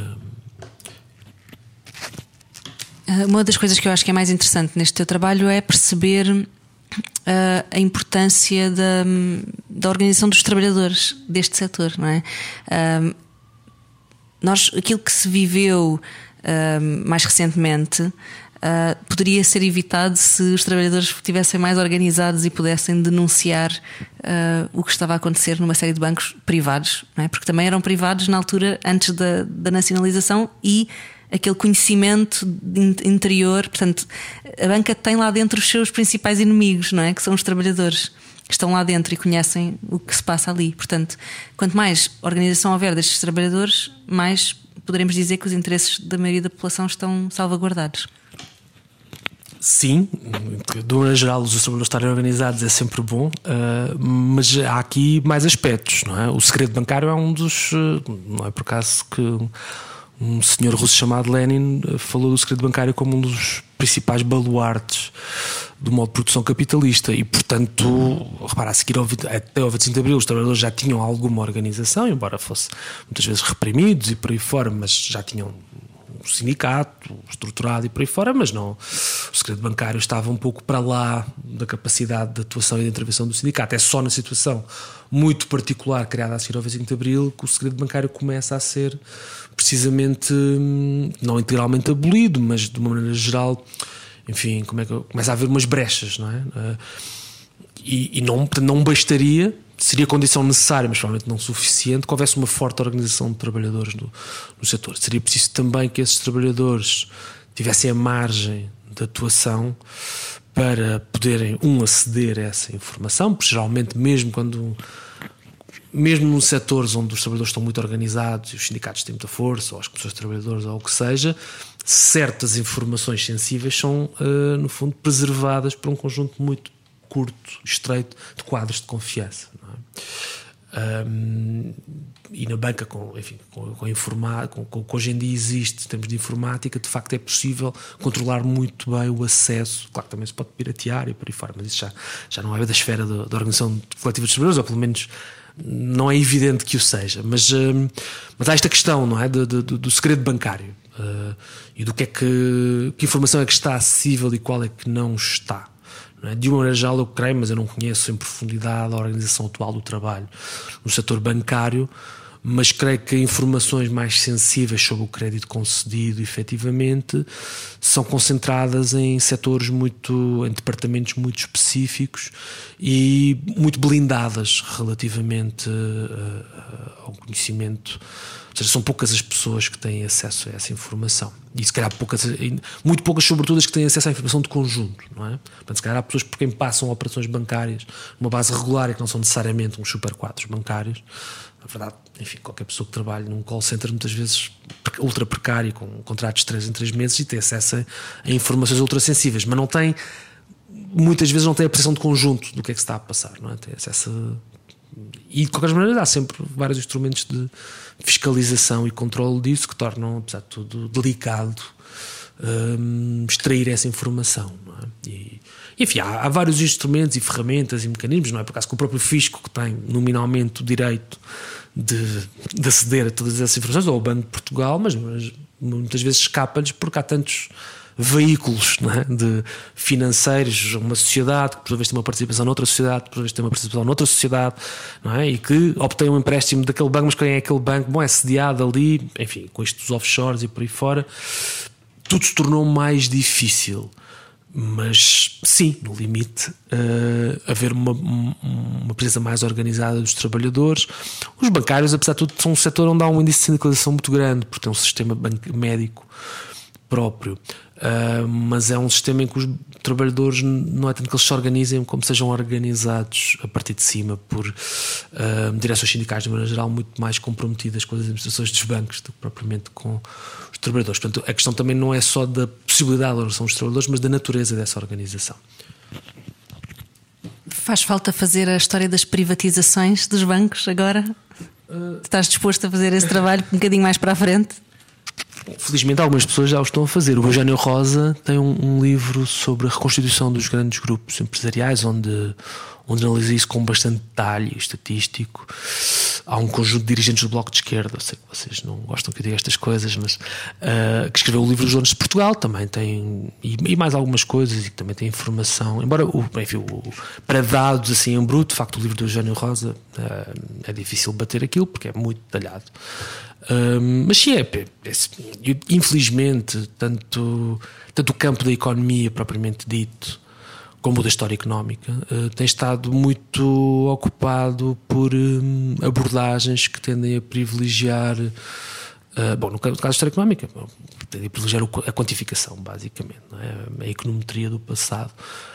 Uma das coisas que eu acho que é mais interessante neste teu trabalho é perceber a importância da organização dos trabalhadores deste setor, não é? Aquilo que se viveu mais recentemente poderia ser evitado se os trabalhadores estivessem mais organizados e pudessem denunciar o que estava a acontecer numa série de bancos privados, não é? Porque também eram privados na altura antes da nacionalização, e aquele conhecimento interior, portanto, a banca tem lá dentro os seus principais inimigos, não é? Que são os trabalhadores, que estão lá dentro e conhecem o que se passa ali. Portanto, quanto mais organização houver destes trabalhadores, mais poderemos dizer que os interesses da maioria da população estão salvaguardados. Sim, de maneira geral, os trabalhadores estarem organizados é sempre bom, mas há aqui mais aspectos, não é? O segredo bancário é um dos. Não é por acaso que um senhor russo chamado Lenin falou do segredo bancário como um dos principais baluartes do modo de produção capitalista. E, portanto, repara, a seguir até ao 25 de Abril, os trabalhadores já tinham alguma organização, embora fosse muitas vezes reprimidos e por aí fora, mas já tinham um sindicato estruturado e por aí fora, mas não, o segredo bancário estava um pouco para lá da capacidade de atuação e de intervenção do sindicato. É só na situação muito particular criada a seguir ao 25 de Abril que o segredo bancário começa a ser precisamente não integralmente abolido, mas de uma maneira geral, enfim, começa a haver umas brechas, não é? E não bastaria, seria condição necessária, mas provavelmente não suficiente, que houvesse uma forte organização de trabalhadores no setor. Seria preciso também que esses trabalhadores tivessem a margem de atuação para poderem, aceder a essa informação, porque geralmente mesmo quando mesmo nos setores onde os trabalhadores estão muito organizados e os sindicatos têm muita força, ou as comissões de trabalhadores, ou o que seja, certas informações sensíveis são, no fundo, preservadas por um conjunto muito curto, estreito, de quadros de confiança, não é? E na banca, com que hoje em dia existe em termos de informática, de facto é possível controlar muito bem o acesso. Claro que também se pode piratear e por aí fora, mas isso já não é da esfera da organização coletiva dos trabalhadores, ou pelo menos não é evidente que o seja. Mas há esta questão, não é, do segredo bancário, e do que informação é que está acessível e qual é que não está. De uma maneira geral eu creio, mas eu não conheço em profundidade a organização atual do trabalho no setor bancário, mas creio que informações mais sensíveis sobre o crédito concedido efetivamente são concentradas em setores em departamentos muito específicos e muito blindadas relativamente ao conhecimento. Ou seja, são poucas as pessoas que têm acesso a essa informação. E se calhar muito poucas, sobretudo, as que têm acesso à informação de conjunto, não é? Portanto, se calhar há pessoas por quem passam operações bancárias numa base regular e que não são necessariamente uns super quadros bancários. Na verdade, enfim, qualquer pessoa que trabalhe num call center, muitas vezes ultra precário, com contratos de 3 em 3 meses, e tem acesso a informações ultra sensíveis, mas muitas vezes não tem a percepção de conjunto do que é que se está a passar, não é? Tem acesso e de qualquer maneira há sempre vários instrumentos de fiscalização e controle disso que tornam, apesar de tudo, delicado extrair essa informação, não é? E, enfim, há vários instrumentos e ferramentas e mecanismos, não é? Por acaso que o próprio fisco, que tem nominalmente o direito de aceder a todas essas informações, ou o Banco de Portugal, mas muitas vezes escapa-lhes porque há tantos veículos, não é, de financeiros, uma sociedade que por vezes tem uma participação noutra sociedade, por vezes tem uma participação noutra sociedade, não é, e que obtém um empréstimo daquele banco, mas quem é aquele banco? Bom, é sediado ali, enfim, com isto dos offshores e por aí fora, tudo se tornou mais difícil. Mas sim, no limite, haver uma presença mais organizada dos trabalhadores. Os bancários, apesar de tudo, são um setor onde há um índice de sindicalização muito grande, porque tem um sistema médico próprio, mas é um sistema em que os trabalhadores não é tanto que eles se organizem como sejam organizados a partir de cima por direções sindicais de maneira geral muito mais comprometidas com as administrações dos bancos do que propriamente com os trabalhadores. Portanto, a questão também não é só da possibilidade da organização dos trabalhadores, mas da natureza dessa organização. Faz falta fazer a história das privatizações dos bancos agora? Estás disposto a fazer esse trabalho um bocadinho mais para a frente? Felizmente algumas pessoas já o estão a fazer. O Eugênio Rosa tem um livro sobre a reconstituição dos grandes grupos empresariais onde analisa isso com bastante detalhe estatístico. Há um conjunto de dirigentes do Bloco de Esquerda, eu sei que vocês não gostam que eu diga estas coisas, mas que escreveu o livro dos Donos de Portugal, também tem, e mais algumas coisas, e que também tem informação, embora para dados assim em bruto, de facto o livro do Eugênio Rosa é difícil bater aquilo porque é muito detalhado. Mas sim, infelizmente tanto o campo da economia propriamente dito como o da história económica tem estado muito ocupado por abordagens que tendem a privilegiar no caso da história económica tendem a privilegiar a quantificação basicamente, não é? A econometria do passado.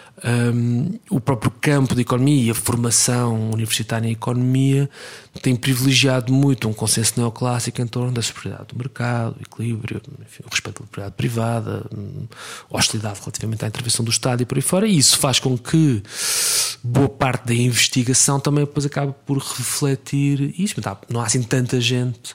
O próprio campo da economia e a formação universitária em economia tem privilegiado muito um consenso neoclássico em torno da superioridade do mercado, o equilíbrio, enfim, o respeito à propriedade privada, a hostilidade relativamente à intervenção do Estado e por aí fora, e isso faz com que boa parte da investigação também depois acabe por refletir isso. Não há assim tanta gente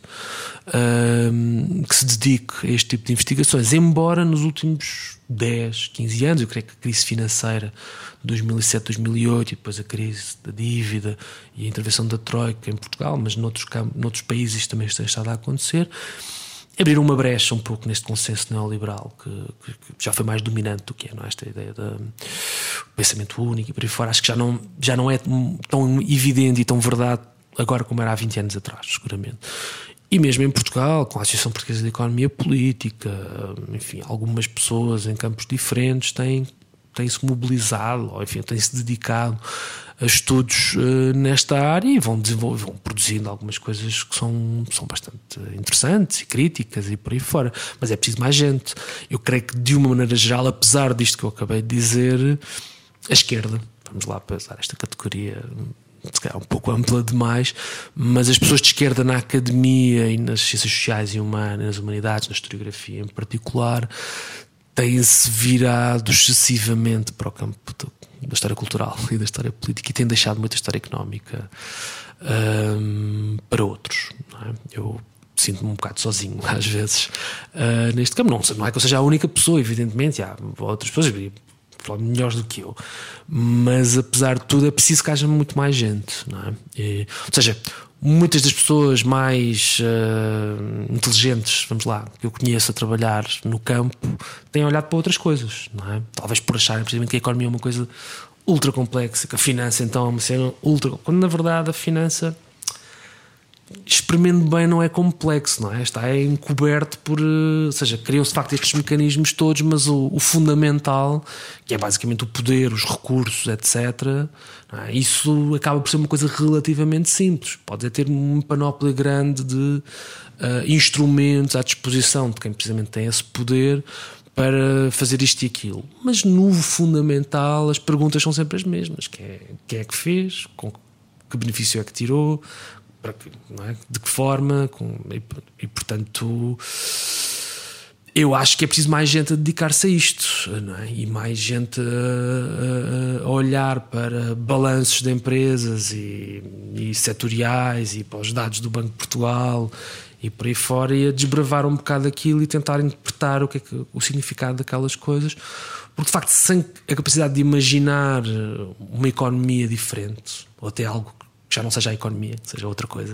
que se dedique a este tipo de investigações, embora nos últimos 10, 15 anos, eu creio que a crise financeira de 2007, 2008 e depois a crise da dívida e a intervenção da Troika em Portugal, mas noutros países também tem estado a acontecer, abriram uma brecha um pouco neste consenso neoliberal que já foi mais dominante do que é, não é? Esta ideia do pensamento único e por aí fora. Acho que já não é tão evidente e tão verdade agora como era há 20 anos atrás, seguramente. E mesmo em Portugal, com a Associação Portuguesa de Economia Política, enfim, algumas pessoas em campos diferentes têm-se mobilizado, ou enfim, têm-se dedicado a estudos nesta área e vão produzindo algumas coisas que são bastante interessantes e críticas e por aí fora. Mas é preciso mais gente. Eu creio que, de uma maneira geral, apesar disto que eu acabei de dizer, a esquerda, vamos lá para usar esta categoria se calhar um pouco ampla demais, mas as pessoas de esquerda na academia e nas ciências sociais e humanas, nas humanidades, na historiografia em particular, têm-se virado excessivamente para o campo da história cultural e da história política e têm deixado muita história económica para outros, não é? Eu sinto-me um bocado sozinho às vezes neste campo. Não é que eu seja a única pessoa, evidentemente, há outras pessoas melhores do que eu, mas apesar de tudo é preciso que haja muito mais gente, não é? Ou seja, muitas das pessoas mais inteligentes, vamos lá, que eu conheço a trabalhar no campo, têm olhado para outras coisas, não é? Talvez por acharem precisamente que a economia é uma coisa ultra complexa, que a finança então é uma cena ultra, quando na verdade a finança, experimentando bem, não é complexo, não é? Está encoberto por, ou seja, criam-se de facto estes mecanismos todos, mas o fundamental, que é basicamente o poder, os recursos, etc., não é? Isso acaba por ser uma coisa relativamente simples. Pode ter uma panóplia grande de instrumentos à disposição de quem precisamente tem esse poder para fazer isto e aquilo, mas no fundamental as perguntas são sempre as mesmas: quem é que fez, com que benefício é que tirou, não é? De que forma, e portanto eu acho que é preciso mais gente a dedicar-se a isto, não é? E mais gente a olhar para balanços de empresas e setoriais e para os dados do Banco de Portugal e por aí fora, e a desbravar um bocado aquilo e tentar interpretar o significado daquelas coisas, porque de facto sem a capacidade de imaginar uma economia diferente, ou até algo que já não seja a economia, que seja outra coisa,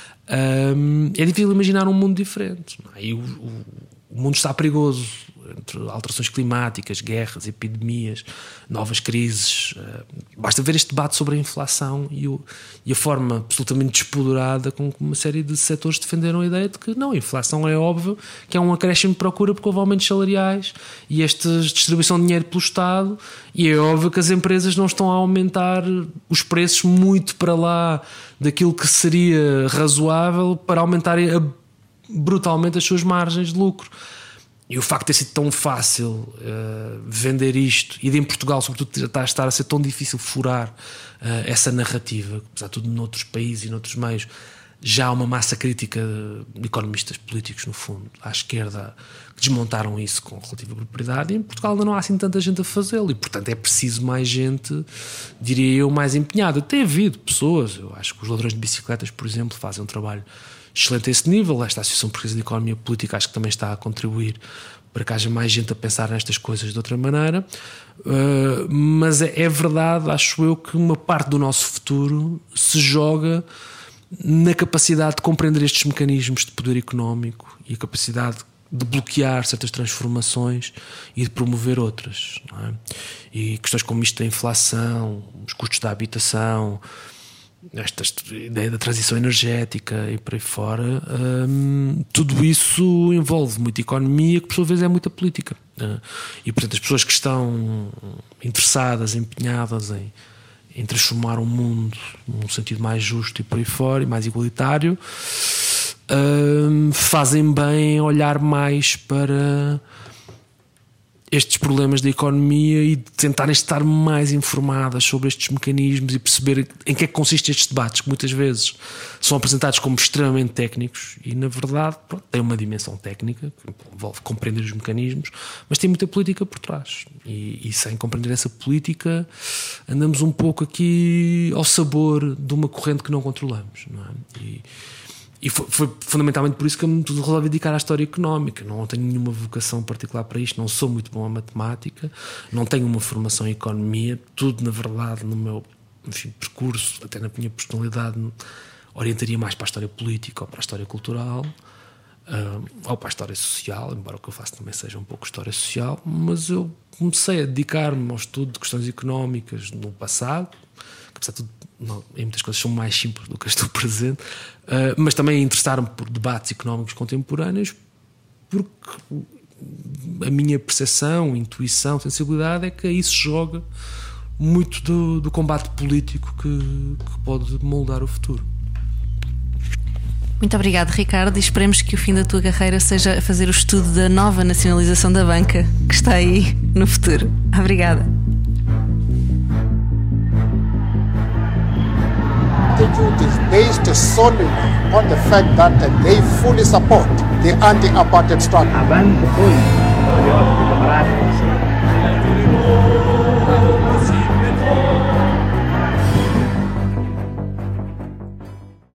é difícil imaginar um mundo diferente, não é? E o mundo está perigoso, entre alterações climáticas, guerras, epidemias, novas crises. Basta ver este debate sobre a inflação e a forma absolutamente despoderada com que uma série de setores defenderam a ideia de que não, a inflação é óbvio que é um acréscimo de procura porque houve aumentos salariais e esta distribuição de dinheiro pelo Estado, e é óbvio que as empresas não estão a aumentar os preços muito para lá daquilo que seria razoável para aumentarem brutalmente as suas margens de lucro. E o facto de ter sido tão fácil vender isto, e de em Portugal sobretudo está a estar a ser tão difícil furar essa narrativa, apesar de tudo noutros países e noutros meios já há uma massa crítica de economistas políticos no fundo à esquerda que desmontaram isso com relativa propriedade, e em Portugal ainda não há assim tanta gente a fazê-lo, e portanto é preciso mais gente, diria eu, mais empenhada. Tem havido pessoas, eu acho que os ladrões de bicicletas, por exemplo, fazem um trabalho excelente a esse nível. Esta Associação Portuguesa de Economia Política acho que também está a contribuir para que haja mais gente a pensar nestas coisas de outra maneira, mas é verdade, acho eu, que uma parte do nosso futuro se joga na capacidade de compreender estes mecanismos de poder económico e a capacidade de bloquear certas transformações e de promover outras, não é? E questões como isto da inflação, os custos da habitação, esta ideia da transição energética e por aí fora, tudo isso envolve muita economia, que por sua vez é muita política, e portanto as pessoas que estão interessadas, empenhadas em transformar o mundo num sentido mais justo e por aí fora, e mais igualitário, fazem bem olhar mais para estes problemas da economia e tentarem estar mais informadas sobre estes mecanismos e perceber em que é que consistem estes debates, que muitas vezes são apresentados como extremamente técnicos e na verdade têm uma dimensão técnica que envolve compreender os mecanismos, mas tem muita política por trás, e sem compreender essa política andamos um pouco aqui ao sabor de uma corrente que não controlamos, não é? E foi fundamentalmente por isso que eu me resolvi dedicar à história económica. Não tenho nenhuma vocação particular para isto, não sou muito bom a matemática, não tenho uma formação em economia, tudo na verdade no meu percurso, até na minha personalidade, orientaria mais para a história política ou para a história cultural, ou para a história social, embora o que eu faço também seja um pouco história social, mas eu comecei a dedicar-me ao estudo de questões económicas no passado, que apesar de tudo em muitas coisas são mais simples do que estou presente, mas também a interessar-me por debates económicos contemporâneos, porque a minha percepção, intuição, sensibilidade é que aí se joga muito do combate político que pode moldar o futuro. Muito obrigado, Ricardo, e esperemos que o fim da tua carreira seja a fazer o estudo da nova nacionalização da banca que está aí no futuro. Obrigada. attitude is based solely on the fact that they fully support the anti-apartheid struggle. A banca foi um patriota, um camarada,